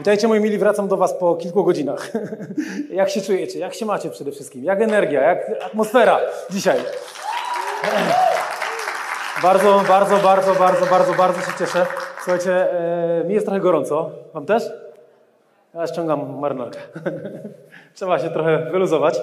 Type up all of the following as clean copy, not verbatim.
Witajcie moi mili, wracam do was po kilku godzinach. Jak się czujecie? Jak się macie przede wszystkim? Jak energia? Jak atmosfera dzisiaj? Bardzo się cieszę. Słuchajcie, mi jest trochę gorąco. Wam też? Ja ściągam marynarkę. Trzeba się trochę wyluzować.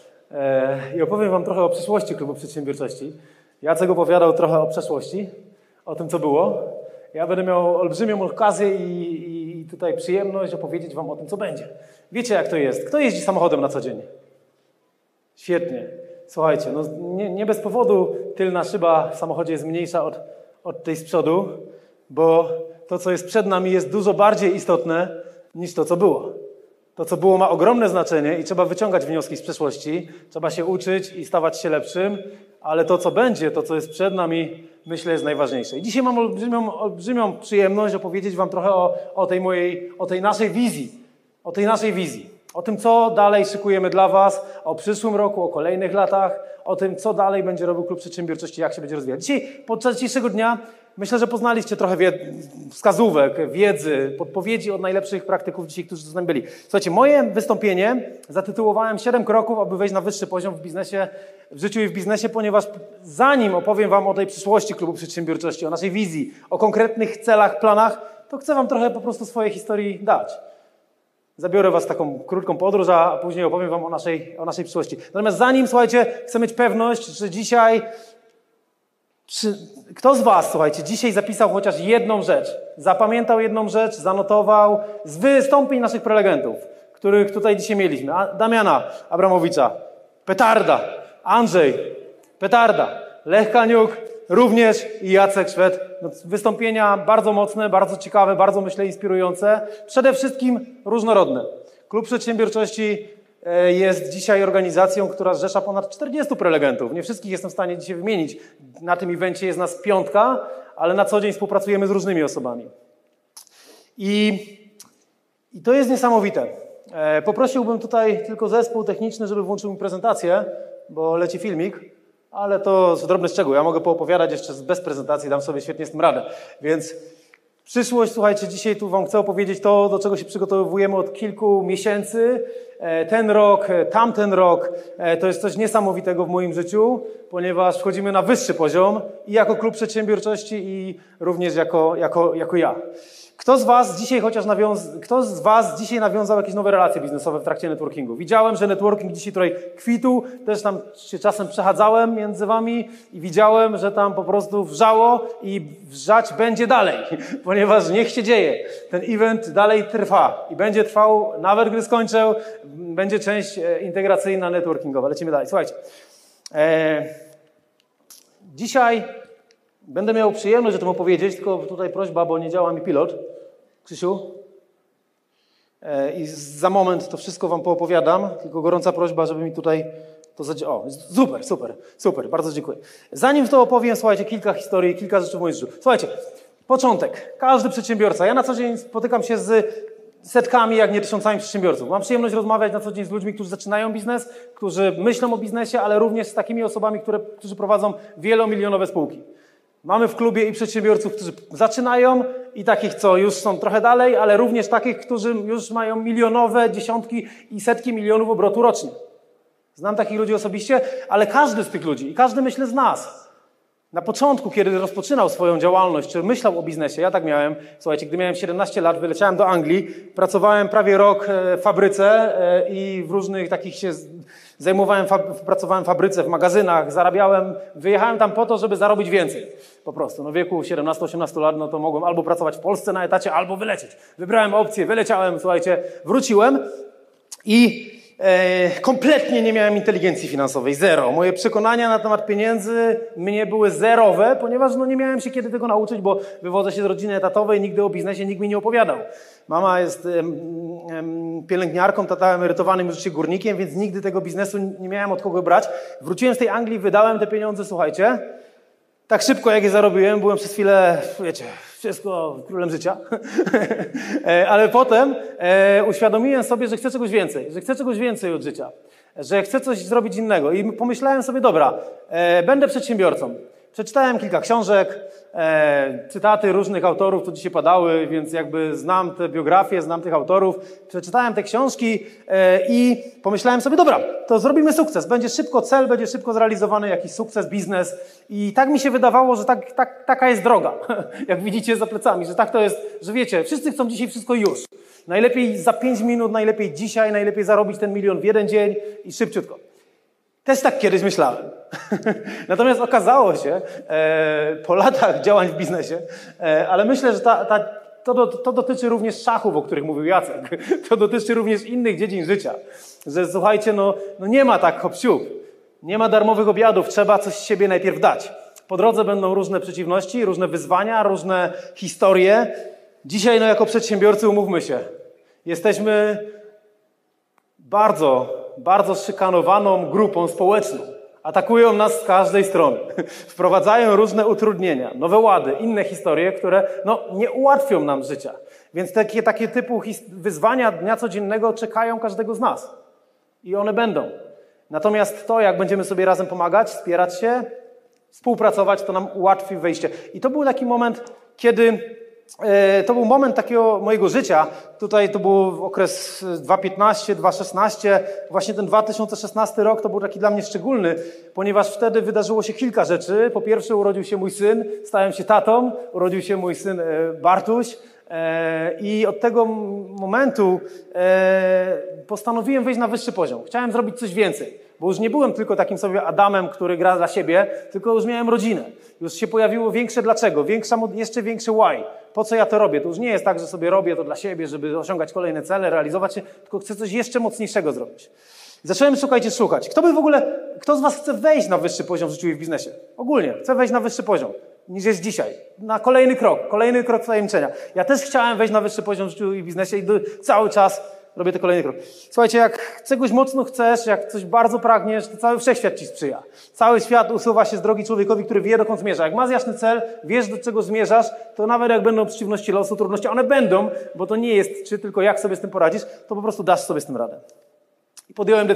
I opowiem wam trochę o przyszłości Klubu Przedsiębiorczości. Jacek opowiadał trochę o przeszłości, o tym, co było. Ja będę miał olbrzymią okazję i tutaj przyjemność opowiedzieć wam o tym, co będzie. Wiecie, jak to jest. Kto jeździ samochodem na co dzień? Świetnie. Słuchajcie, no nie bez powodu tylna szyba w samochodzie jest mniejsza od tej z przodu, bo to, co jest przed nami, jest dużo bardziej istotne niż to, co było. To, co było, ma ogromne znaczenie i trzeba wyciągać wnioski z przeszłości, trzeba się uczyć i stawać się lepszym, ale to, co będzie, to, co jest przed nami, myślę, jest najważniejsze. I dzisiaj mam olbrzymią przyjemność opowiedzieć wam trochę o tej naszej wizji, o tym, co dalej szykujemy dla was, o przyszłym roku, o kolejnych latach, o tym, co dalej będzie robił Klub Przedsiębiorczości, jak się będzie rozwijać. Dzisiaj, podczas dzisiejszego dnia, myślę, że poznaliście trochę wskazówek, wiedzy, podpowiedzi od najlepszych praktyków dzisiaj, którzy z nami byli. Słuchajcie, moje wystąpienie zatytułowałem 7 kroków, aby wejść na wyższy poziom w biznesie, w życiu i w biznesie, ponieważ zanim opowiem wam o tej przyszłości Klubu Przedsiębiorczości, o naszej wizji, o konkretnych celach, planach, to chcę wam trochę po prostu swojej historii dać. Zabiorę was w taką krótką podróż, a później opowiem wam o naszej przyszłości. Natomiast zanim, słuchajcie, chcę mieć pewność, że dzisiaj kto z was, słuchajcie, dzisiaj zapisał chociaż jedną rzecz, zapamiętał jedną rzecz, zanotował z wystąpień naszych prelegentów, których tutaj dzisiaj mieliśmy. Damiana Abramowicza, petarda, Andrzej, petarda, Lech Kaniuk, również i Jacek Szwed. No, wystąpienia bardzo mocne, bardzo ciekawe, bardzo, myślę, inspirujące. Przede wszystkim różnorodne. Klub Przedsiębiorczości jest dzisiaj organizacją, która zrzesza ponad 40 prelegentów. Nie wszystkich jestem w stanie dzisiaj wymienić. Na tym evencie jest nas 5, ale na co dzień współpracujemy z różnymi osobami. I to jest niesamowite. Poprosiłbym tutaj tylko zespół techniczny, żeby włączył mi prezentację, bo leci filmik, ale to drobny szczegół. Ja mogę poopowiadać jeszcze bez prezentacji, dam sobie świetnie z tym radę. Więc przyszłość, słuchajcie, dzisiaj tu wam chcę opowiedzieć to, do czego się przygotowujemy od kilku miesięcy. Ten rok, tamten rok, to jest coś niesamowitego w moim życiu, ponieważ wchodzimy na wyższy poziom i jako Klub Przedsiębiorczości i również jako ja. Kto z was dzisiaj nawiązał jakieś nowe relacje biznesowe w trakcie networkingu? Widziałem, że networking dzisiaj tutaj kwitł, też tam się czasem przechadzałem między wami i widziałem, że tam po prostu wrzało i wrzać będzie dalej, ponieważ niech się dzieje. Ten event dalej trwa i będzie trwał, nawet gdy skończę, będzie część integracyjna, networkingowa. Lecimy dalej. Słuchajcie, dzisiaj będę miał przyjemność o tym opowiedzieć, tylko tutaj prośba, bo nie działa mi pilot. Krzysiu? I za moment to wszystko wam poopowiadam, tylko gorąca prośba, żeby mi tutaj to zadziałało. O, super, bardzo dziękuję. Zanim to opowiem, słuchajcie, kilka historii, kilka rzeczy w moim życiu. Słuchajcie, początek. Każdy przedsiębiorca. Ja na co dzień spotykam się z setkami, jak nie tysiącami przedsiębiorców. Mam przyjemność rozmawiać na co dzień z ludźmi, którzy zaczynają biznes, którzy myślą o biznesie, ale również z takimi osobami, którzy prowadzą wielomilionowe spółki. Mamy w klubie i przedsiębiorców, którzy zaczynają i takich, co już są trochę dalej, ale również takich, którzy już mają milionowe, dziesiątki i setki milionów obrotu rocznie. Znam takich ludzi osobiście, ale każdy z tych ludzi i każdy, myślę, z nas na początku, kiedy rozpoczynał swoją działalność, czy myślał o biznesie, ja tak miałem, słuchajcie, gdy miałem 17 lat, wyleciałem do Anglii, pracowałem prawie rok w fabryce i w różnych takich się zajmowałem, pracowałem w fabryce, w magazynach, zarabiałem, wyjechałem tam po to, żeby zarobić więcej. Po prostu, no w wieku 17-18 lat, no to mogłem albo pracować w Polsce na etacie, albo wylecieć. Wybrałem opcję, wyleciałem, słuchajcie, wróciłem i kompletnie nie miałem inteligencji finansowej, zero. Moje przekonania na temat pieniędzy mnie były zerowe, ponieważ no nie miałem się kiedy tego nauczyć, bo wywodzę się z rodziny etatowej, nigdy o biznesie nikt mi nie opowiadał. Mama jest pielęgniarką, tata emerytowanym już górnikiem, więc nigdy tego biznesu nie miałem od kogo brać. Wróciłem z tej Anglii, wydałem te pieniądze, słuchajcie, tak szybko jak je zarobiłem, byłem przez chwilę, wiecie, wszystko królem życia, ale potem uświadomiłem sobie, że chcę czegoś więcej od życia, że chcę coś zrobić innego i pomyślałem sobie, dobra, będę przedsiębiorcą. Przeczytałem kilka książek, cytaty różnych autorów, tu dzisiaj padały, więc jakby znam te biografie, znam tych autorów. Przeczytałem te książki i pomyślałem sobie, dobra, to zrobimy sukces. Będzie szybko cel, będzie szybko zrealizowany jakiś sukces, biznes. I tak mi się wydawało, że taka jest droga. Jak widzicie za plecami, że tak to jest, że wiecie, wszyscy chcą dzisiaj wszystko już. Najlepiej za 5 minut, najlepiej dzisiaj, najlepiej zarobić ten 1 milion w jeden dzień i szybciutko. Też tak kiedyś myślałem. Natomiast okazało się, po latach działań w biznesie, ale myślę, że to dotyczy również szachów, o których mówił Jacek. To dotyczy również innych dziedzin życia. Że słuchajcie, no nie ma tak hop-siup. Nie ma darmowych obiadów, trzeba coś z siebie najpierw dać. Po drodze będą różne przeciwności, różne wyzwania, różne historie. Dzisiaj, jako przedsiębiorcy, umówmy się, jesteśmy bardzo szykanowaną grupą społeczną. Atakują nas z każdej strony. Wprowadzają różne utrudnienia, nowe łady, inne historie, które nie ułatwią nam życia. Więc takie typu wyzwania dnia codziennego czekają każdego z nas. I one będą. Natomiast to, jak będziemy sobie razem pomagać, wspierać się, współpracować, to nam ułatwi wejście. I to był taki moment, kiedy to był moment takiego mojego życia. Tutaj to był okres 2015, 2016. Właśnie ten 2016 rok to był taki dla mnie szczególny, ponieważ wtedy wydarzyło się kilka rzeczy. Po pierwsze urodził się mój syn, stałem się tatą, urodził się mój syn Bartuś. I od tego momentu postanowiłem wejść na wyższy poziom. Chciałem zrobić coś więcej, bo już nie byłem tylko takim sobie Adamem, który gra dla siebie, tylko już miałem rodzinę. Już się pojawiło większe dlaczego, jeszcze większe why. Po co ja to robię? To już nie jest tak, że sobie robię to dla siebie, żeby osiągać kolejne cele, realizować się, tylko chcę coś jeszcze mocniejszego zrobić. Zacząłem szukać. Kto z was chce wejść na wyższy poziom w życiu i w biznesie? Ogólnie, chce wejść na wyższy poziom niż jest dzisiaj. Na kolejny krok wtajemniczenia. Ja też chciałem wejść na wyższy poziom w życiu i w biznesie i cały czas robię ten kolejny krok. Słuchajcie, jak czegoś mocno chcesz, jak coś bardzo pragniesz, to cały wszechświat ci sprzyja. Cały świat usuwa się z drogi człowiekowi, który wie, dokąd zmierza. Jak masz jasny cel, wiesz, do czego zmierzasz, to nawet jak będą przeciwności losu, trudności, one będą, bo to nie jest, czy tylko jak sobie z tym poradzisz, to po prostu dasz sobie z tym radę. I podjąłem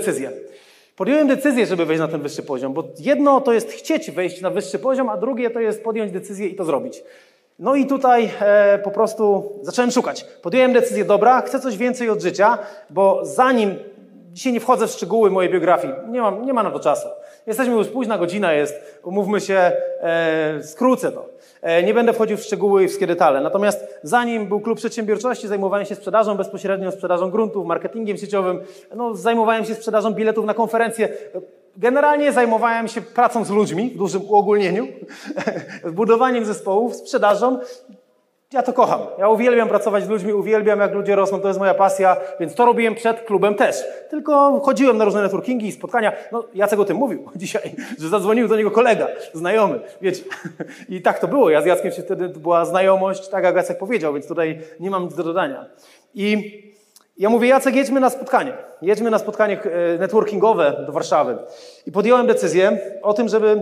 decyzję, żeby wejść na ten wyższy poziom, bo jedno to jest chcieć wejść na wyższy poziom, a drugie to jest podjąć decyzję i to zrobić. No i tutaj po prostu zacząłem szukać. Podjąłem decyzję, dobra, chcę coś więcej od życia, bo dzisiaj nie wchodzę w szczegóły mojej biografii, nie ma na to czasu. Jesteśmy już późna godzina jest, umówmy się, skrócę to. Nie będę wchodził w szczegóły i wszystkie detale. Natomiast zanim był klub przedsiębiorczości, zajmowałem się sprzedażą bezpośrednią, sprzedażą gruntów, marketingiem sieciowym, zajmowałem się sprzedażą biletów na konferencje. Generalnie zajmowałem się pracą z ludźmi, w dużym uogólnieniu, budowaniem zespołów, sprzedażą. Ja to kocham. Ja uwielbiam pracować z ludźmi, uwielbiam jak ludzie rosną, to jest moja pasja, więc to robiłem przed klubem też. Tylko chodziłem na różne networkingi i spotkania. Jacek o tym mówił dzisiaj, że zadzwonił do niego kolega, znajomy, wiecie. I tak to było. Ja z Jackiem się wtedy była znajomość, tak jak Jacek powiedział, więc tutaj nie mam nic do dodania. I ja mówię, Jacek, jedźmy na spotkanie networkingowe do Warszawy. I podjąłem decyzję o tym, żeby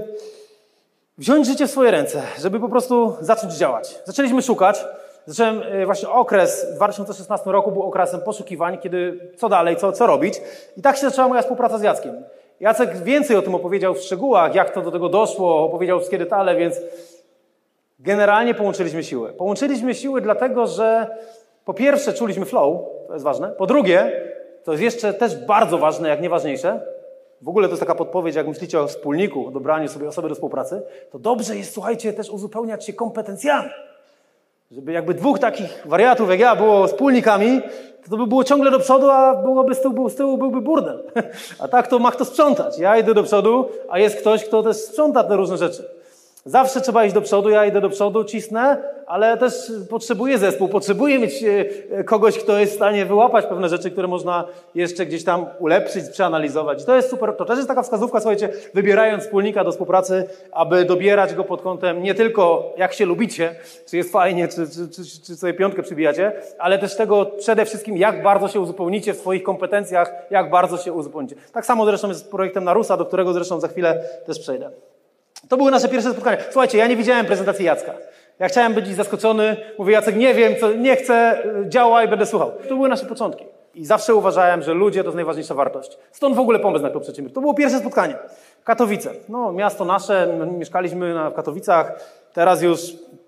wziąć życie w swoje ręce, żeby po prostu zacząć działać. Zaczęliśmy szukać. Właśnie okres w 2016 roku był okresem poszukiwań, kiedy co dalej, co robić. I tak się zaczęła moja współpraca z Jackiem. Jacek więcej o tym opowiedział w szczegółach, jak to do tego doszło, opowiedział wszystkie detale, więc generalnie połączyliśmy siły. Połączyliśmy siły dlatego, że po pierwsze czuliśmy flow, to jest ważne. Po drugie, to jest jeszcze też bardzo ważne, jak nie ważniejsze, w ogóle to jest taka podpowiedź, jak myślicie o wspólniku, o dobraniu sobie osoby do współpracy, to dobrze jest, słuchajcie, też uzupełniać się kompetencjami. Żeby jakby dwóch takich wariatów jak ja było wspólnikami, to by było ciągle do przodu, a z tyłu byłby burdel. A tak to ma kto sprzątać. Ja idę do przodu, a jest ktoś, kto też sprząta te różne rzeczy. Zawsze trzeba iść do przodu, ja idę do przodu, cisnę, ale też potrzebuję zespół, potrzebuję mieć kogoś, kto jest w stanie wyłapać pewne rzeczy, które można jeszcze gdzieś tam ulepszyć, przeanalizować. I to jest super, to też jest taka wskazówka, słuchajcie, wybierając wspólnika do współpracy, aby dobierać go pod kątem nie tylko jak się lubicie, czy jest fajnie, czy sobie piątkę przybijacie, ale też tego przede wszystkim, jak bardzo się uzupełnicie w swoich kompetencjach, jak bardzo się uzupełnicie. Tak samo zresztą jest z projektem Narusa, do którego zresztą za chwilę też przejdę. To były nasze pierwsze spotkania. Słuchajcie, ja nie widziałem prezentacji Jacka. Ja chciałem być zaskoczony. Mówię, Jacek, nie wiem, nie chcę, działaj, będę słuchał. To były nasze początki. I zawsze uważałem, że ludzie to jest najważniejsza wartość. Stąd w ogóle pomysł na Klub Przedsiębiorców. To było pierwsze spotkanie. Katowice. No, miasto nasze, mieszkaliśmy w Katowicach. Teraz już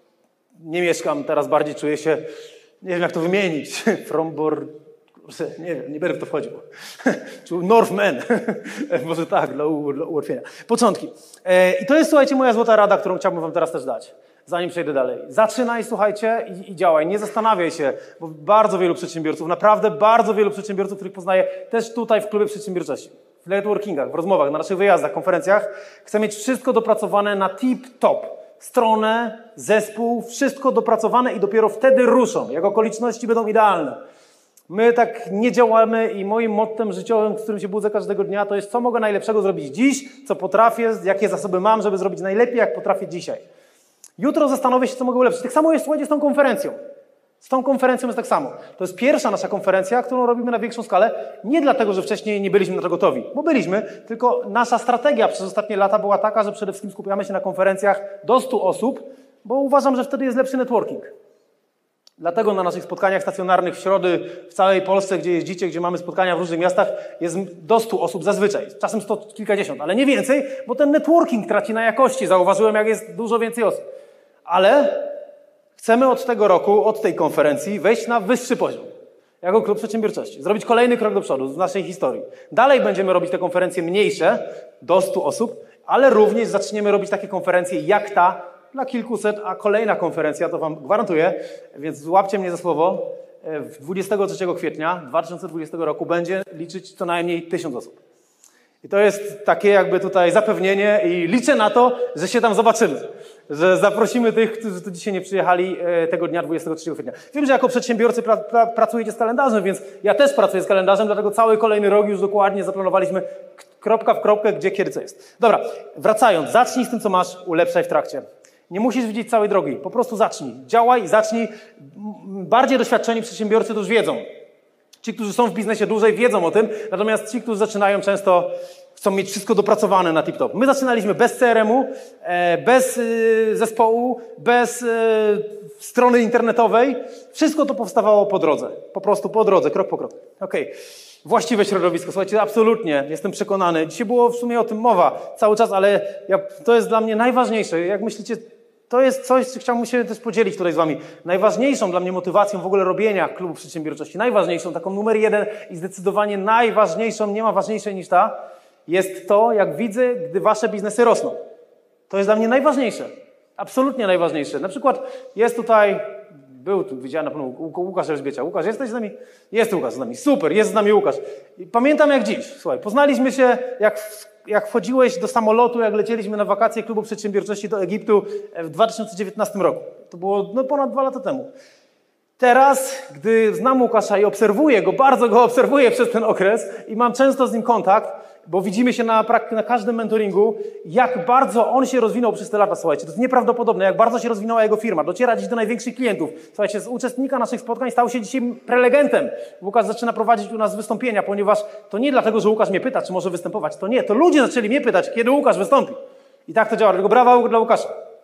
nie mieszkam, teraz bardziej czuję się, nie wiem jak to wymienić, Frombor, nie wiem, nie będę w to wchodził. Northman, może tak, dla ułatwienia. Początki. I to jest, słuchajcie, moja złota rada, którą chciałbym wam teraz też dać, zanim przejdę dalej. Zaczynaj, słuchajcie, i działaj. Nie zastanawiaj się, bo bardzo wielu przedsiębiorców, naprawdę bardzo wielu przedsiębiorców, których poznaję też tutaj w Klubie Przedsiębiorczości, w networkingach, w rozmowach, na naszych wyjazdach, konferencjach, chcę mieć wszystko dopracowane na tip-top. Stronę, zespół, wszystko dopracowane i dopiero wtedy ruszą, jak okoliczności będą idealne. My tak nie działamy i moim mottem życiowym, z którym się budzę każdego dnia, to jest co mogę najlepszego zrobić dziś, co potrafię, jakie zasoby mam, żeby zrobić najlepiej, jak potrafię dzisiaj. Jutro zastanowię się, co mogę ulepszyć. Tak samo jest, słuchajcie, z tą konferencją. Z tą konferencją jest tak samo. To jest pierwsza nasza konferencja, którą robimy na większą skalę. Nie dlatego, że wcześniej nie byliśmy na to gotowi, bo byliśmy, tylko nasza strategia przez ostatnie lata była taka, że przede wszystkim skupiamy się na konferencjach do 100 osób, bo uważam, że wtedy jest lepszy networking. Dlatego na naszych spotkaniach stacjonarnych w środy w całej Polsce, gdzie jeździcie, gdzie mamy spotkania w różnych miastach, jest do 100 osób zazwyczaj. Czasem 100 kilkadziesiąt, ale nie więcej, bo ten networking traci na jakości. Zauważyłem, jak jest dużo więcej osób. Ale chcemy od tego roku, od tej konferencji wejść na wyższy poziom. Jako Klub Przedsiębiorczości. Zrobić kolejny krok do przodu w naszej historii. Dalej będziemy robić te konferencje mniejsze, do 100 osób, ale również zaczniemy robić takie konferencje jak ta, dla kilkuset, a kolejna konferencja, to wam gwarantuję, więc złapcie mnie za słowo, 23 kwietnia 2020 roku będzie liczyć co najmniej 1000 osób. I to jest takie jakby tutaj zapewnienie i liczę na to, że się tam zobaczymy. Że zaprosimy tych, którzy tu dzisiaj nie przyjechali tego dnia 23 kwietnia. Wiem, że jako przedsiębiorcy pracujecie z kalendarzem, więc ja też pracuję z kalendarzem, dlatego cały kolejny rok już dokładnie zaplanowaliśmy kropka w kropkę, gdzie, kiedy, co jest. Dobra, wracając, zacznij z tym, co masz, ulepszaj w trakcie. Nie musisz widzieć całej drogi, po prostu zacznij. Działaj i zacznij. Bardziej doświadczeni przedsiębiorcy to już wiedzą. Ci, którzy są w biznesie dłużej, wiedzą o tym, natomiast ci, którzy zaczynają, często chcą mieć wszystko dopracowane na tip-top. My zaczynaliśmy bez CRM-u, bez zespołu, bez strony internetowej. Wszystko to powstawało po drodze. Po prostu po drodze, krok po kroku. Okej. Właściwe środowisko. Słuchajcie, absolutnie, jestem przekonany. Dzisiaj było w sumie o tym mowa cały czas, ale to jest dla mnie najważniejsze. Jak myślicie, to jest coś, co chciałbym się też podzielić tutaj z wami. Najważniejszą dla mnie motywacją w ogóle robienia Klubu Przedsiębiorczości, najważniejszą, taką numer 1 i zdecydowanie najważniejszą, nie ma ważniejszej niż ta, jest to, jak widzę, gdy wasze biznesy rosną. To jest dla mnie najważniejsze. Absolutnie najważniejsze. Na przykład jest tutaj, był tu, widziałem na pewno Łukasz Elżbiecia. Łukasz, jesteś z nami? Jest Łukasz z nami. Super, jest z nami Łukasz. I pamiętam jak dziś. Słuchaj, poznaliśmy się, jak wchodziłeś do samolotu, jak lecieliśmy na wakacje Klubu Przedsiębiorczości do Egiptu w 2019 roku. To było ponad 2 lata temu. Teraz, gdy znam Łukasza i obserwuję go, bardzo go obserwuję przez ten okres i mam często z nim kontakt, bo widzimy się na każdym mentoringu, jak bardzo on się rozwinął przez te lata, słuchajcie. To jest nieprawdopodobne, jak bardzo się rozwinęła jego firma. Dociera dziś do największych klientów. Słuchajcie, z uczestnika naszych spotkań stał się dzisiaj prelegentem. Łukasz zaczyna prowadzić u nas wystąpienia, ponieważ to nie dlatego, że Łukasz mnie pyta, czy może występować. To nie, to ludzie zaczęli mnie pytać, kiedy Łukasz wystąpi. I tak to działa. Dlatego brawa dla Łukasza.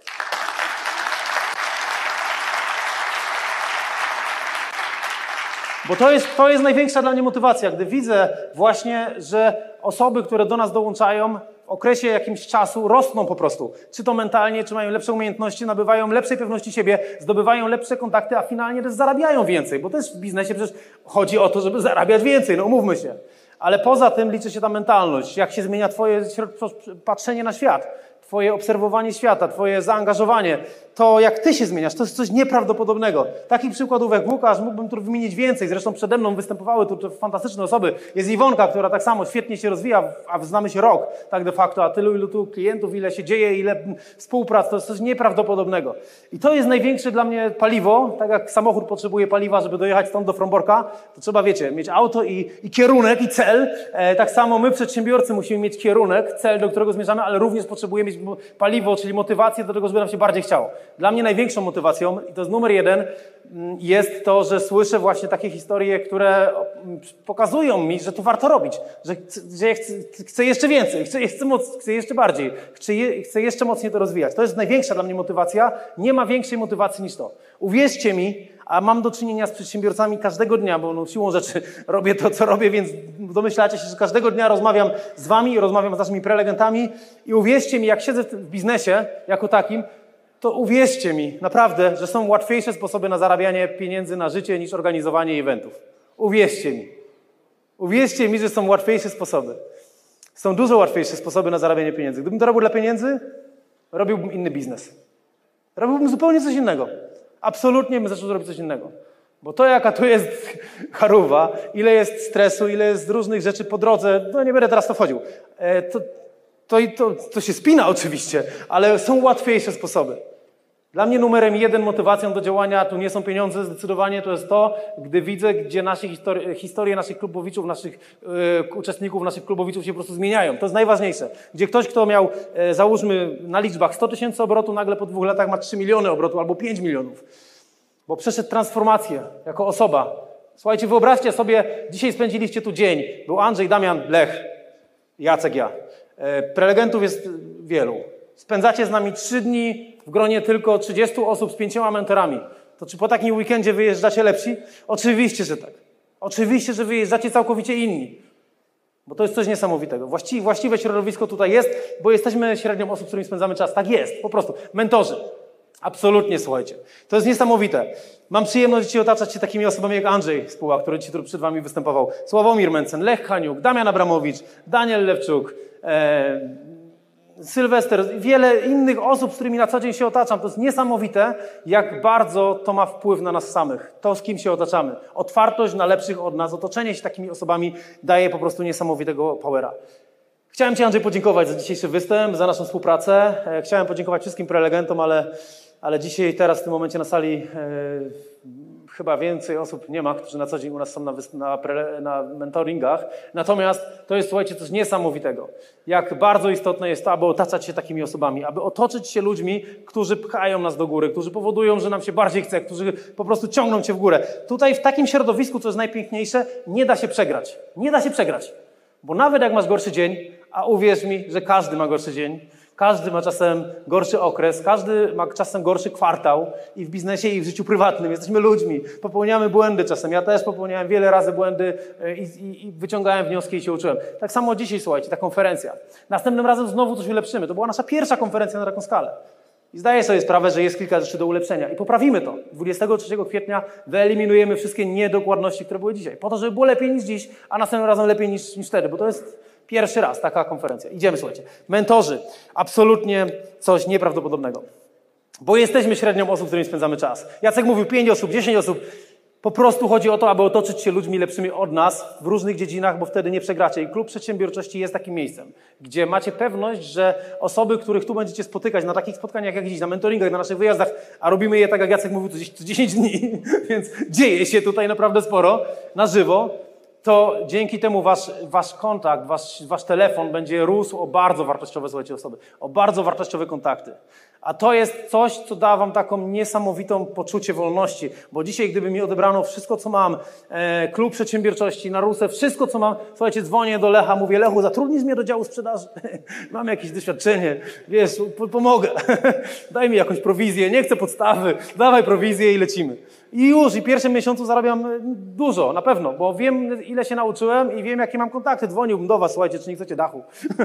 Bo to jest największa dla mnie motywacja, gdy widzę właśnie, że osoby, które do nas dołączają w okresie jakimś czasu rosną po prostu. Czy to mentalnie, czy mają lepsze umiejętności, nabywają lepszej pewności siebie, zdobywają lepsze kontakty, a finalnie też zarabiają więcej. Bo też w biznesie przecież chodzi o to, żeby zarabiać więcej, no umówmy się. Ale poza tym liczy się ta mentalność, jak się zmienia twoje patrzenie na świat. Twoje obserwowanie świata, twoje zaangażowanie, to jak ty się zmieniasz, to jest coś nieprawdopodobnego. Takich przykładów jak Łukasz mógłbym tu wymienić więcej, zresztą przede mną występowały tu fantastyczne osoby. Jest Iwonka, która tak samo świetnie się rozwija, a znamy się rok, tak de facto, a ilu tu klientów, ile się dzieje, ile współprac, to jest coś nieprawdopodobnego. I to jest największe dla mnie paliwo, tak jak samochód potrzebuje paliwa, żeby dojechać stąd do Fromborka, to trzeba, wiecie, mieć auto i kierunek, i cel. Tak samo my, przedsiębiorcy, musimy mieć kierunek, cel, do którego zmierzamy, ale również potrzebujemy mieć paliwo, czyli motywację do tego, żeby nam się bardziej chciało. Dla mnie największą motywacją, i to jest numer 1, jest to, że słyszę właśnie takie historie, które pokazują mi, że to warto robić, że ja chcę jeszcze więcej, chcę jeszcze bardziej, chcę jeszcze mocniej to rozwijać. To jest największa dla mnie motywacja. Nie ma większej motywacji niż to. Uwierzcie mi, a mam do czynienia z przedsiębiorcami każdego dnia, bo no, siłą rzeczy robię to, co robię, więc domyślacie się, że każdego dnia rozmawiam z wami, rozmawiam z naszymi prelegentami i uwierzcie mi, jak siedzę w biznesie jako takim, to uwierzcie mi, naprawdę, że są łatwiejsze sposoby na zarabianie pieniędzy na życie niż organizowanie eventów. Uwierzcie mi. Uwierzcie mi, że są łatwiejsze sposoby. Są dużo łatwiejsze sposoby na zarabianie pieniędzy. Gdybym to robił dla pieniędzy, robiłbym inny biznes. Robiłbym zupełnie coś innego. Absolutnie bym zaczął robić coś innego. Bo to, jaka tu jest charuwa, ile jest stresu, ile jest różnych rzeczy po drodze, no nie będę teraz to wchodził. To się spina oczywiście, ale są łatwiejsze sposoby. Dla mnie numerem 1 motywacją do działania tu nie są pieniądze, zdecydowanie to jest to, gdy widzę, gdzie nasze historie naszych klubowiczów, naszych uczestników, naszych klubowiczów się po prostu zmieniają. To jest najważniejsze. Gdzie ktoś, kto miał, załóżmy na liczbach 100 000 obrotu, nagle po 2 latach ma 3 miliony obrotu albo 5 milionów. Bo przeszedł transformację jako osoba. Słuchajcie, wyobraźcie sobie, dzisiaj spędziliście tu dzień. Był Andrzej, Damian, Lech, Jacek, ja. Prelegentów jest wielu. Spędzacie z nami 3 dni w gronie tylko 30 osób z 5 mentorami. To czy po takim weekendzie wyjeżdżacie lepsi? Oczywiście, że tak. Oczywiście, że wyjeżdżacie całkowicie inni. Bo to jest coś niesamowitego. Właściwe środowisko tutaj jest, bo jesteśmy średnią osób, z którymi spędzamy czas. Tak jest, po prostu. Mentorzy. Absolutnie, słuchajcie. To jest niesamowite. Mam przyjemność dzisiaj otaczać się takimi osobami jak Andrzej Spółak, który dzisiaj tu przed wami występował. Sławomir Mencen, Lech Haniuk, Damian Abramowicz, Daniel Lewczuk, Sylwester, wiele innych osób, z którymi na co dzień się otaczam. To jest niesamowite, jak bardzo to ma wpływ na nas samych. To, z kim się otaczamy. Otwartość na lepszych od nas, otoczenie się takimi osobami daje po prostu niesamowitego powera. Chciałem ci, Andrzej, podziękować za dzisiejszy występ, za naszą współpracę. Chciałem podziękować wszystkim prelegentom, ale dzisiaj, teraz w tym momencie na sali chyba więcej osób nie ma, którzy na co dzień u nas są na mentoringach. Natomiast to jest, słuchajcie, coś niesamowitego. Jak bardzo istotne jest to, aby otaczać się takimi osobami, aby otoczyć się ludźmi, którzy pchają nas do góry, którzy powodują, że nam się bardziej chce, którzy po prostu ciągną cię w górę. Tutaj w takim środowisku, co jest najpiękniejsze, nie da się przegrać. Nie da się przegrać. Bo nawet jak masz gorszy dzień, a uwierz mi, że każdy ma gorszy dzień, każdy ma czasem gorszy okres, każdy ma czasem gorszy kwartał i w biznesie, i w życiu prywatnym. Jesteśmy ludźmi, popełniamy błędy czasem. Ja też popełniałem wiele razy błędy i wyciągałem wnioski i się uczyłem. Tak samo dzisiaj, słuchajcie, ta konferencja. Następnym razem znowu coś ulepszymy. To była nasza pierwsza konferencja na taką skalę. I zdaję sobie sprawę, że jest kilka rzeczy do ulepszenia. I poprawimy to. 23 kwietnia wyeliminujemy wszystkie niedokładności, które były dzisiaj. Po to, żeby było lepiej niż dziś, a następnym razem lepiej niż wtedy, bo to jest pierwszy raz taka konferencja. Idziemy, słuchajcie. Mentorzy. Absolutnie coś nieprawdopodobnego. Bo jesteśmy średnią osób, z którymi spędzamy czas. Jacek mówił 5 osób, 10 osób. Po prostu chodzi o to, aby otoczyć się ludźmi lepszymi od nas w różnych dziedzinach, bo wtedy nie przegracie. I Klub Przedsiębiorczości jest takim miejscem, gdzie macie pewność, że osoby, których tu będziecie spotykać na takich spotkaniach jak dziś, na mentoringach, na naszych wyjazdach, a robimy je tak, jak Jacek mówił, co 10 dni, więc dzieje się tutaj naprawdę sporo na żywo, to dzięki temu wasz kontakt, wasz telefon będzie rósł o bardzo wartościowe, słuchajcie, osoby, o bardzo wartościowe kontakty. A to jest coś, co da wam taką niesamowitą poczucie wolności, bo dzisiaj, gdyby mi odebrano wszystko, co mam, Klub Przedsiębiorczości, na Rusę, wszystko, co mam, słuchajcie, dzwonię do Lecha, mówię, Lechu, zatrudnij mnie do działu sprzedaży, mam jakieś doświadczenie, wiesz, pomogę, daj mi jakąś prowizję, nie chcę podstawy, dawaj prowizję i lecimy. I już, i w pierwszym miesiącu zarabiam dużo, na pewno, bo wiem, ile się nauczyłem i wiem, jakie mam kontakty. Dzwoniłbym do was, słuchajcie, czy nie chcecie dachu?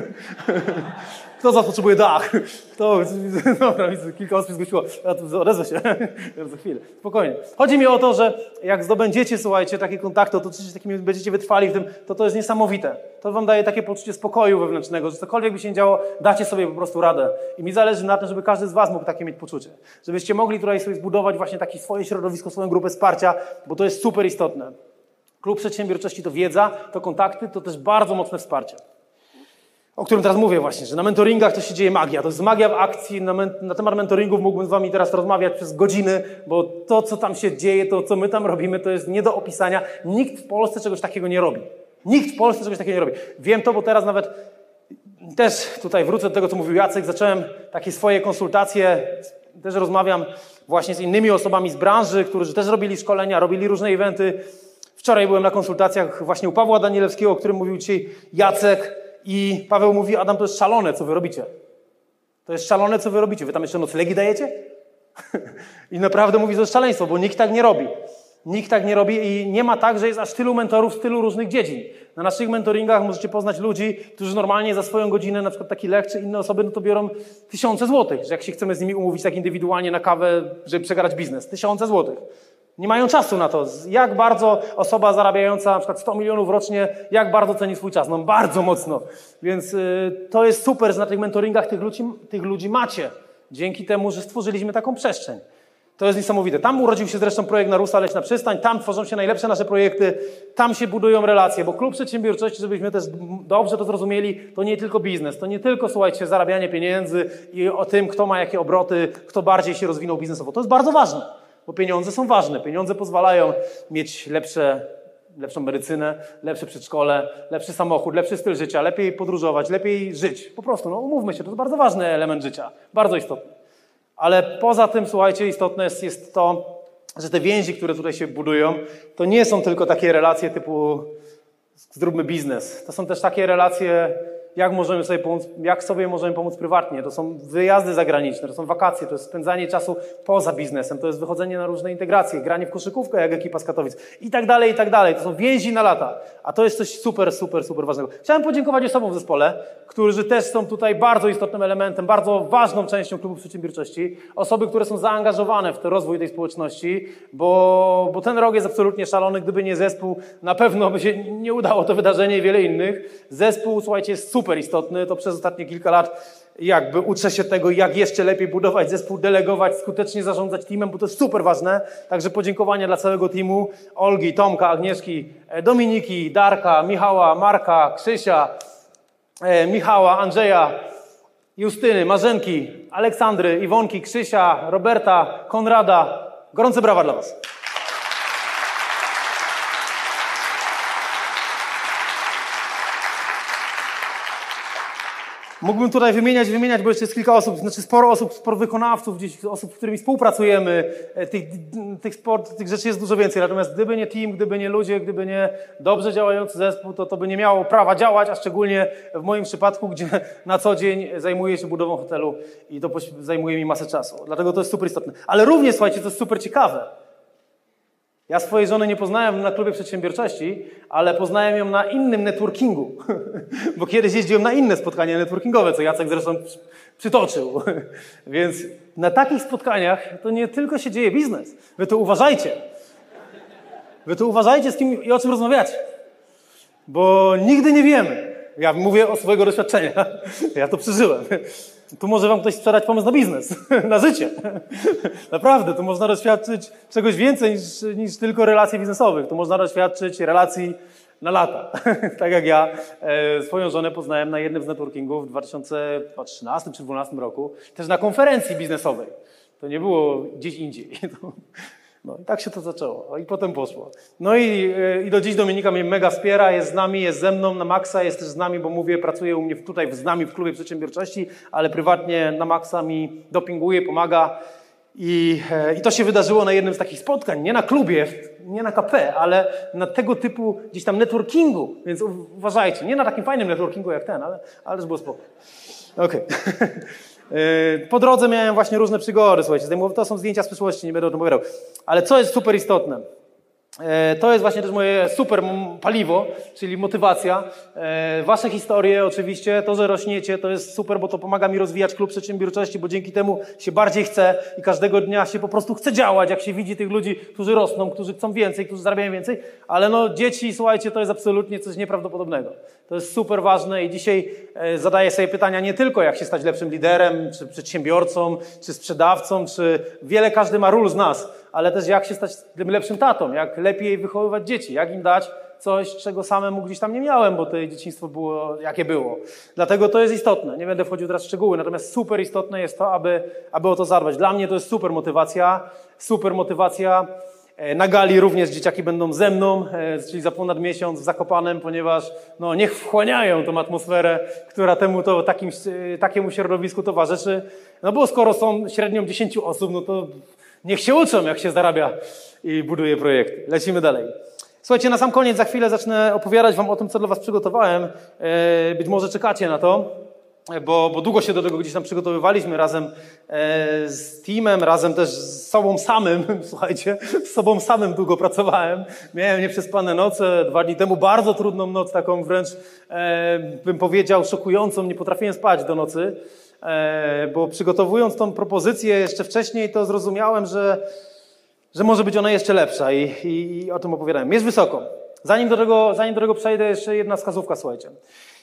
Kto z was potrzebuje dach? Dobra, widzę, kilka osób zgłosiło. Ja tu odezwę się za chwilę. Spokojnie. Chodzi mi o to, że jak zdobędziecie, słuchajcie, takie kontakty, otoczycie się takimi, będziecie wytrwali w tym, to jest niesamowite. To wam daje takie poczucie spokoju wewnętrznego, że cokolwiek by się działo, dacie sobie po prostu radę. I mi zależy na tym, żeby każdy z was mógł takie mieć poczucie. Żebyście mogli tutaj sobie zbudować właśnie takie swoje środowisko, swoją grupę wsparcia, bo to jest super istotne. Klub Przedsiębiorczości to wiedza, to kontakty, to też bardzo mocne wsparcie. O którym teraz mówię właśnie, że na mentoringach to się dzieje magia. To jest magia w akcji. Na temat mentoringów mógłbym z wami teraz rozmawiać przez godziny, bo to, co tam się dzieje, to, co my tam robimy, to jest nie do opisania. Nikt w Polsce czegoś takiego nie robi. Nikt w Polsce czegoś takiego nie robi. Wiem to, bo teraz nawet też tutaj wrócę do tego, co mówił Jacek. Zacząłem takie swoje konsultacje. Też rozmawiam właśnie z innymi osobami z branży, którzy też robili szkolenia, robili różne eventy. Wczoraj byłem na konsultacjach właśnie u Pawła Danielewskiego, o którym mówił dzisiaj Jacek. I Paweł mówi, Adam, to jest szalone, co wy robicie. To jest szalone, co wy robicie. Wy tam jeszcze noclegi dajecie? I naprawdę mówię, że to jest szaleństwo, bo nikt tak nie robi. Nikt tak nie robi i nie ma tak, że jest aż tylu mentorów z tylu różnych dziedzin. Na naszych mentoringach możecie poznać ludzi, którzy normalnie za swoją godzinę, na przykład taki Lech czy inne osoby, no to biorą tysiące złotych, że jak się chcemy z nimi umówić tak indywidualnie na kawę, żeby przegadać biznes. Tysiące złotych. Nie mają czasu na to. Jak bardzo osoba zarabiająca na przykład 100 milionów rocznie, jak bardzo ceni swój czas? No bardzo mocno. Więc to jest super, że na tych mentoringach tych ludzi macie. Dzięki temu, że stworzyliśmy taką przestrzeń. To jest niesamowite. Tam urodził się zresztą projekt Narusa Leśna Przystań, tam tworzą się najlepsze nasze projekty, tam się budują relacje, bo klub przedsiębiorczości, żebyśmy też dobrze to zrozumieli, to nie tylko biznes, to nie tylko, słuchajcie, zarabianie pieniędzy i o tym, kto ma jakie obroty, kto bardziej się rozwinął biznesowo. To jest bardzo ważne, bo pieniądze są ważne. Pieniądze pozwalają mieć lepszą medycynę, lepsze przedszkole, lepszy samochód, lepszy styl życia, lepiej podróżować, lepiej żyć. Po prostu, no umówmy się, to jest bardzo ważny element życia, bardzo istotny. Ale poza tym, słuchajcie, istotne jest to, że te więzi, które tutaj się budują, to nie są tylko takie relacje typu zróbmy biznes. To są też takie relacje, jak sobie możemy pomóc prywatnie. To są wyjazdy zagraniczne, to są wakacje, to jest spędzanie czasu poza biznesem, to jest wychodzenie na różne integracje, granie w koszykówkę jak ekipa z Katowic i tak dalej, i tak dalej. To są więzi na lata. A to jest coś super, super, super ważnego. Chciałem podziękować osobom w zespole, którzy też są tutaj bardzo istotnym elementem, bardzo ważną częścią klubu przedsiębiorczości. Osoby, które są zaangażowane w ten rozwój tej społeczności, bo ten rok jest absolutnie szalony. Gdyby nie zespół, na pewno by się nie udało to wydarzenie i wiele innych. Zespół, słuchajcie, jest super istotny. To przez ostatnie kilka lat jakby uczę się tego, jak jeszcze lepiej budować zespół, delegować, skutecznie zarządzać teamem, bo to jest super ważne. Także podziękowania dla całego teamu. Olgi, Tomka, Agnieszki, Dominiki, Darka, Michała, Marka, Krzysia, Michała, Andrzeja, Justyny, Marzenki, Aleksandry, Iwonki, Krzysia, Roberta, Konrada. Gorące brawa dla was. Mógłbym tutaj wymieniać, bo jeszcze jest kilka osób, znaczy sporo osób, sporo wykonawców, gdzieś osób, z którymi współpracujemy. Tych rzeczy jest dużo więcej. Natomiast gdyby nie team, gdyby nie ludzie, gdyby nie dobrze działający zespół, to by nie miało prawa działać, a szczególnie w moim przypadku, gdzie na co dzień zajmuję się budową hotelu i to zajmuje mi masę czasu. Dlatego to jest super istotne. Ale również, słuchajcie, to jest super ciekawe. Ja swojej żony nie poznałem na klubie przedsiębiorczości, ale poznałem ją na innym networkingu. Bo kiedyś jeździłem na inne spotkania networkingowe, co Jacek zresztą przytoczył. Więc na takich spotkaniach to nie tylko się dzieje biznes. Wy to uważajcie. Z kim i o czym rozmawiacie. Bo nigdy nie wiemy. Ja mówię o swojego doświadczenia. Ja to przeżyłem. Tu może wam ktoś sprzedać pomysł na biznes, na życie. Naprawdę, tu można doświadczyć czegoś więcej niż tylko relacji biznesowych. Tu można doświadczyć relacji na lata. Tak jak ja swoją żonę poznałem na jednym z networkingów w 2013 czy 2012 roku, też na konferencji biznesowej. To nie było gdzieś indziej. No i tak się to zaczęło. I potem poszło. No i do dziś Dominika mnie mega wspiera, jest z nami, jest ze mną na maksa, jest też z nami, bo mówię, pracuje u mnie tutaj z nami w klubie przedsiębiorczości, ale prywatnie na maksa mi dopinguje, pomaga. I to się wydarzyło na jednym z takich spotkań, nie na klubie, nie na KP, ale na tego typu gdzieś tam networkingu. Więc uważajcie, nie na takim fajnym networkingu jak ten, ale też było spoko. Okej. Po drodze miałem właśnie różne przygody, słuchajcie, to są zdjęcia z przyszłości, nie będę o tym opowiadał. Ale co jest super istotne? To jest właśnie też moje super paliwo, czyli motywacja. Wasze historie oczywiście, to, że rośniecie, to jest super, bo to pomaga mi rozwijać klub przedsiębiorczości, bo dzięki temu się bardziej chce i każdego dnia się po prostu chce działać, jak się widzi tych ludzi, którzy rosną, którzy chcą więcej, którzy zarabiają więcej. Ale no dzieci, słuchajcie, to jest absolutnie coś nieprawdopodobnego. To jest super ważne i dzisiaj zadaję sobie pytania nie tylko jak się stać lepszym liderem, czy przedsiębiorcą, czy sprzedawcą, czy każdy ma ról z nas, ale też jak się stać tym lepszym tatą, jak lepiej wychowywać dzieci, jak im dać coś, czego samemu gdzieś tam nie miałem, bo to dzieciństwo było jakie było. Dlatego to jest istotne. Nie będę wchodził teraz w szczegóły, natomiast super istotne jest to, aby o to zadbać. Dla mnie to jest super motywacja. Na gali również dzieciaki będą ze mną, czyli za ponad miesiąc w Zakopanem, ponieważ no, niech wchłaniają tą atmosferę, która takiemu środowisku towarzyszy. No bo skoro są średnią 10 osób, no to niech się uczą, jak się zarabia i buduje projekty. Lecimy dalej. Słuchajcie, na sam koniec za chwilę zacznę opowiadać wam o tym, co dla was przygotowałem. Być może czekacie na to. bo długo się do tego gdzieś tam przygotowywaliśmy razem z teamem, razem też z sobą samym, słuchajcie, z sobą samym długo pracowałem. Miałem nieprzespane noce, 2 dni temu bardzo trudną noc, taką wręcz bym powiedział szokującą, nie potrafiłem spać do nocy, bo przygotowując tą propozycję jeszcze wcześniej, to zrozumiałem, że może być ona jeszcze lepsza i o tym opowiadałem. Mierz wysoko. Zanim do tego przejdę, jeszcze jedna wskazówka, słuchajcie.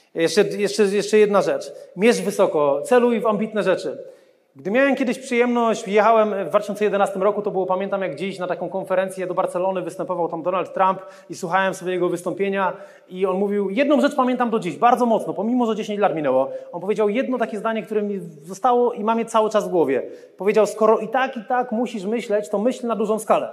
Jeszcze jedna rzecz. Mierz wysoko, celuj w ambitne rzeczy. Gdy miałem kiedyś przyjemność, jechałem w 2011 roku, to było, pamiętam jak dziś, na taką konferencję do Barcelony, występował tam Donald Trump i słuchałem sobie jego wystąpienia i on mówił, jedną rzecz pamiętam do dziś, bardzo mocno, pomimo, że 10 lat minęło. On powiedział jedno takie zdanie, które mi zostało i mam je cały czas w głowie. Powiedział, skoro i tak musisz myśleć, to myśl na dużą skalę.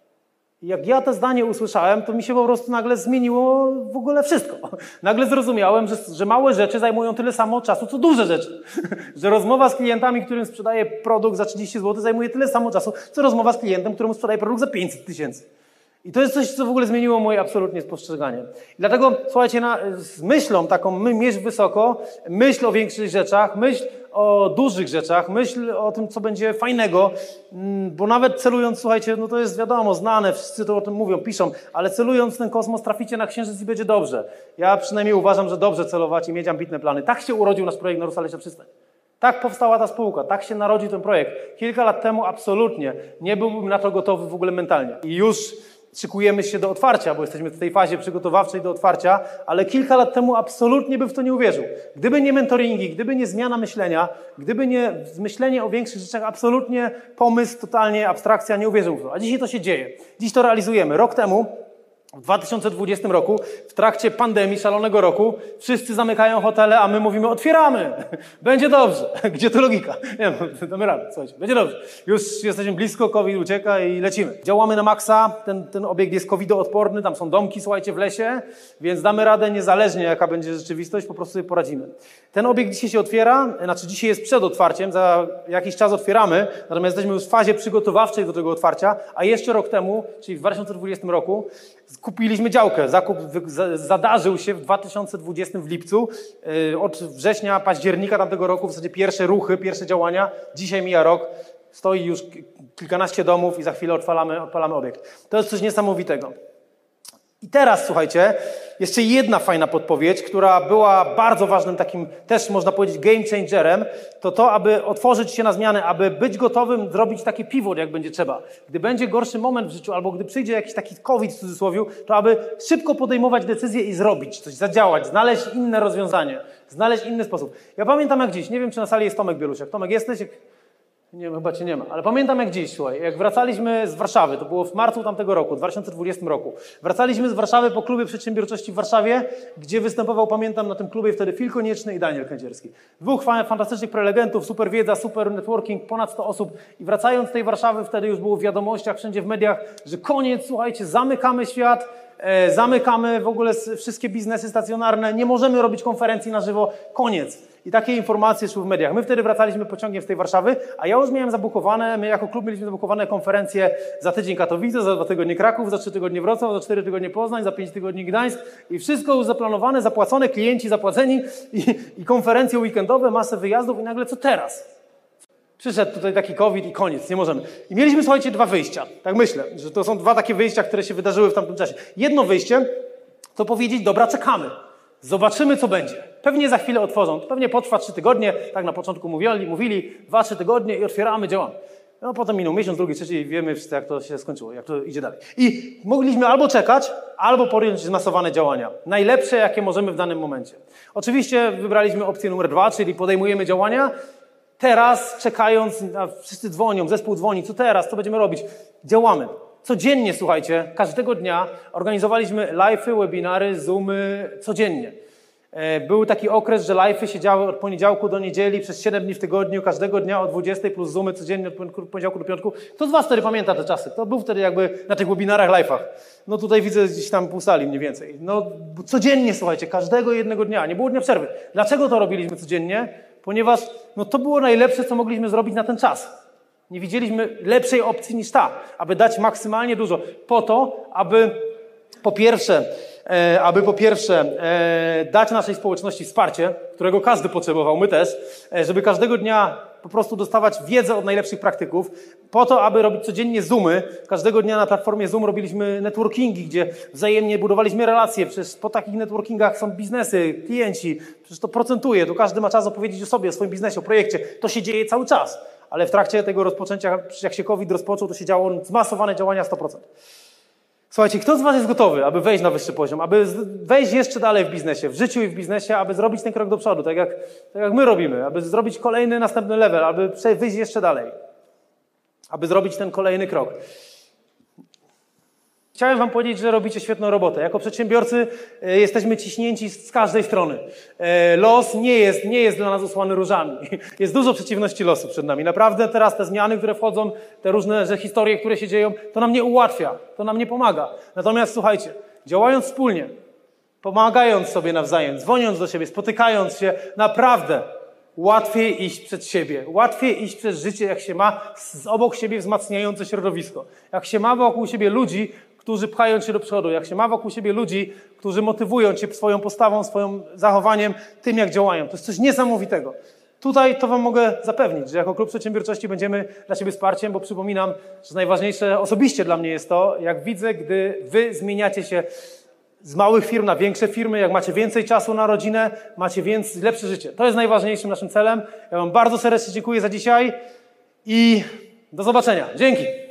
I jak ja to zdanie usłyszałem, to mi się po prostu nagle zmieniło w ogóle wszystko. Nagle zrozumiałem, że małe rzeczy zajmują tyle samo czasu, co duże rzeczy. Że rozmowa z klientami, którym sprzedaje produkt za 30 zł, zajmuje tyle samo czasu, co rozmowa z klientem, któremu sprzedaje produkt za 500 000. I to jest coś, co w ogóle zmieniło moje absolutnie spostrzeganie. I dlatego, słuchajcie, z myślą taką, mierz wysoko, myśl o większych rzeczach, myśl o dużych rzeczach, myśl o tym, co będzie fajnego, bo nawet celując, słuchajcie, no to jest wiadomo, znane, wszyscy to o tym mówią, piszą, ale celując w ten kosmos traficie na Księżyc i będzie dobrze. Ja przynajmniej uważam, że dobrze celować i mieć ambitne plany. Tak się urodził nasz projekt Norus Alesia Przystań. Tak powstała ta spółka, tak się narodził ten projekt. Kilka lat temu absolutnie nie byłbym na to gotowy w ogóle mentalnie. I już szykujemy się do otwarcia, bo jesteśmy w tej fazie przygotowawczej do otwarcia, ale kilka lat temu absolutnie bym w to nie uwierzył. Gdyby nie mentoringi, gdyby nie zmiana myślenia, gdyby nie myślenie o większych rzeczach, absolutnie pomysł, totalnie abstrakcja, nie uwierzył w to. A dzisiaj to się dzieje. Dziś to realizujemy. Rok temu, w 2020 roku, w trakcie pandemii, szalonego roku, wszyscy zamykają hotele, a my mówimy, otwieramy, będzie dobrze. Gdzie tu logika? Nie no, damy radę, słuchajcie, będzie dobrze. Już jesteśmy blisko, COVID ucieka i lecimy. Działamy na maksa, ten obiekt jest covidoodporny, tam są domki, słuchajcie, w lesie, więc damy radę niezależnie jaka będzie rzeczywistość, po prostu sobie poradzimy. Ten obiekt dzisiaj się otwiera, znaczy dzisiaj jest przed otwarciem, za jakiś czas otwieramy, natomiast jesteśmy już w fazie przygotowawczej do tego otwarcia, a jeszcze rok temu, czyli w 2020 roku, kupiliśmy działkę. Zakup zadarzył się w 2020 w lipcu. Od września, października tamtego roku w zasadzie pierwsze ruchy, pierwsze działania. Dzisiaj mija rok. Stoi już kilkanaście domów i za chwilę odpalamy obiekt. To jest coś niesamowitego. I teraz, słuchajcie, jeszcze jedna fajna podpowiedź, która była bardzo ważnym takim, też można powiedzieć, game changerem, to, aby otworzyć się na zmiany, aby być gotowym zrobić taki pivot, jak będzie trzeba. Gdy będzie gorszy moment w życiu, albo gdy przyjdzie jakiś taki COVID w cudzysłowie, to aby szybko podejmować decyzje i zrobić coś, zadziałać, znaleźć inne rozwiązanie, znaleźć inny sposób. Ja pamiętam jak dziś, nie wiem, czy na sali jest Tomek Bielusiak. Tomek, jesteś? Nie, chyba cię nie ma, ale pamiętam jak dziś, słuchaj, jak wracaliśmy z Warszawy, to było w marcu tamtego roku, 2020 roku. Wracaliśmy z Warszawy po klubie przedsiębiorczości w Warszawie, gdzie występował, pamiętam, na tym klubie wtedy Phil Konieczny i Daniel Kędzierski. 2 fantastycznych prelegentów, super wiedza, super networking, ponad 100 osób. I wracając z tej Warszawy, wtedy już było w wiadomościach, wszędzie w mediach, że koniec, słuchajcie, zamykamy świat, zamykamy w ogóle wszystkie biznesy stacjonarne, nie możemy robić konferencji na żywo, koniec. I takie informacje szły w mediach. My wtedy wracaliśmy pociągiem z tej Warszawy, a ja już miałem zabukowane, my jako klub mieliśmy zabukowane konferencje za tydzień Katowice, za 2 tygodnie Kraków, za 3 tygodnie Wrocław, za 4 tygodnie Poznań, za 5 tygodni Gdańsk i wszystko już zaplanowane, zapłacone, klienci zapłaceni i konferencje weekendowe, masę wyjazdów i nagle co teraz? Przyszedł tutaj taki COVID i koniec, nie możemy. I mieliśmy, słuchajcie, 2 wyjścia. Tak myślę, że to są 2 takie wyjścia, które się wydarzyły w tamtym czasie. Jedno wyjście to powiedzieć, dobra, czekamy. Zobaczymy, co będzie. Pewnie za chwilę otworzą. Pewnie potrwa 3 tygodnie. Tak na początku mówili 2-3 tygodnie i otwieramy, działamy. No potem minął miesiąc, drugi, trzeci i wiemy wszyscy, jak to się skończyło, jak to idzie dalej. I mogliśmy albo czekać, albo podjąć zmasowane działania. Najlepsze, jakie możemy w danym momencie. Oczywiście wybraliśmy opcję numer 2, czyli podejmujemy działania. Teraz, czekając, wszyscy dzwonią, zespół dzwoni, co teraz, co będziemy robić? Działamy. Codziennie, słuchajcie, każdego dnia organizowaliśmy live'y, webinary, zoomy, codziennie. Był taki okres, że live'y się działy od poniedziałku do niedzieli przez 7 dni w tygodniu, każdego dnia o 20 plus zoomy codziennie od poniedziałku do piątku. Kto z was wtedy pamięta te czasy? To był wtedy jakby na tych webinarach, live'ach. No tutaj widzę gdzieś tam pół sali mniej więcej. No codziennie, słuchajcie, każdego jednego dnia, nie było dnia przerwy. Dlaczego to robiliśmy codziennie? Ponieważ no to było najlepsze, co mogliśmy zrobić na ten czas. Nie widzieliśmy lepszej opcji niż ta, aby dać maksymalnie dużo po to, aby Po pierwsze dać naszej społeczności wsparcie, którego każdy potrzebował, my też, żeby każdego dnia po prostu dostawać wiedzę od najlepszych praktyków, po to, aby robić codziennie Zoomy. Każdego dnia na platformie Zoom robiliśmy networkingi, gdzie wzajemnie budowaliśmy relacje. Przecież po takich networkingach są biznesy, klienci. Przecież to procentuje. Tu każdy ma czas opowiedzieć o sobie, o swoim biznesie, o projekcie. To się dzieje cały czas. Ale w trakcie tego rozpoczęcia, jak się COVID rozpoczął, to się działo zmasowane działania 100%. Słuchajcie, kto z was jest gotowy, aby wejść na wyższy poziom, aby wejść jeszcze dalej w biznesie, w życiu i w biznesie, aby zrobić ten krok do przodu, tak jak my robimy, aby zrobić kolejny, następny level, aby wyjść jeszcze dalej, aby zrobić ten kolejny krok. Chciałem wam powiedzieć, że robicie świetną robotę. Jako przedsiębiorcy jesteśmy ciśnięci z każdej strony. Los nie jest dla nas usłany różami. Jest dużo przeciwności losu przed nami. Naprawdę teraz te zmiany, które wchodzą, te różne historie, które się dzieją, to nam nie ułatwia, to nam nie pomaga. Natomiast słuchajcie, działając wspólnie, pomagając sobie nawzajem, dzwoniąc do siebie, spotykając się, naprawdę łatwiej iść przed siebie. Łatwiej iść przez życie, jak się ma obok siebie wzmacniające środowisko. Jak się ma wokół siebie ludzi, którzy pchają cię do przodu. Jak się ma wokół siebie ludzi, którzy motywują cię swoją postawą, swoim zachowaniem, tym jak działają. To jest coś niesamowitego. Tutaj to wam mogę zapewnić, że jako Klub Przedsiębiorczości będziemy dla siebie wsparciem, bo przypominam, że najważniejsze osobiście dla mnie jest to, jak widzę, gdy wy zmieniacie się z małych firm na większe firmy, jak macie więcej czasu na rodzinę, macie lepsze życie. To jest najważniejszym naszym celem. Ja wam bardzo serdecznie dziękuję za dzisiaj i do zobaczenia. Dzięki.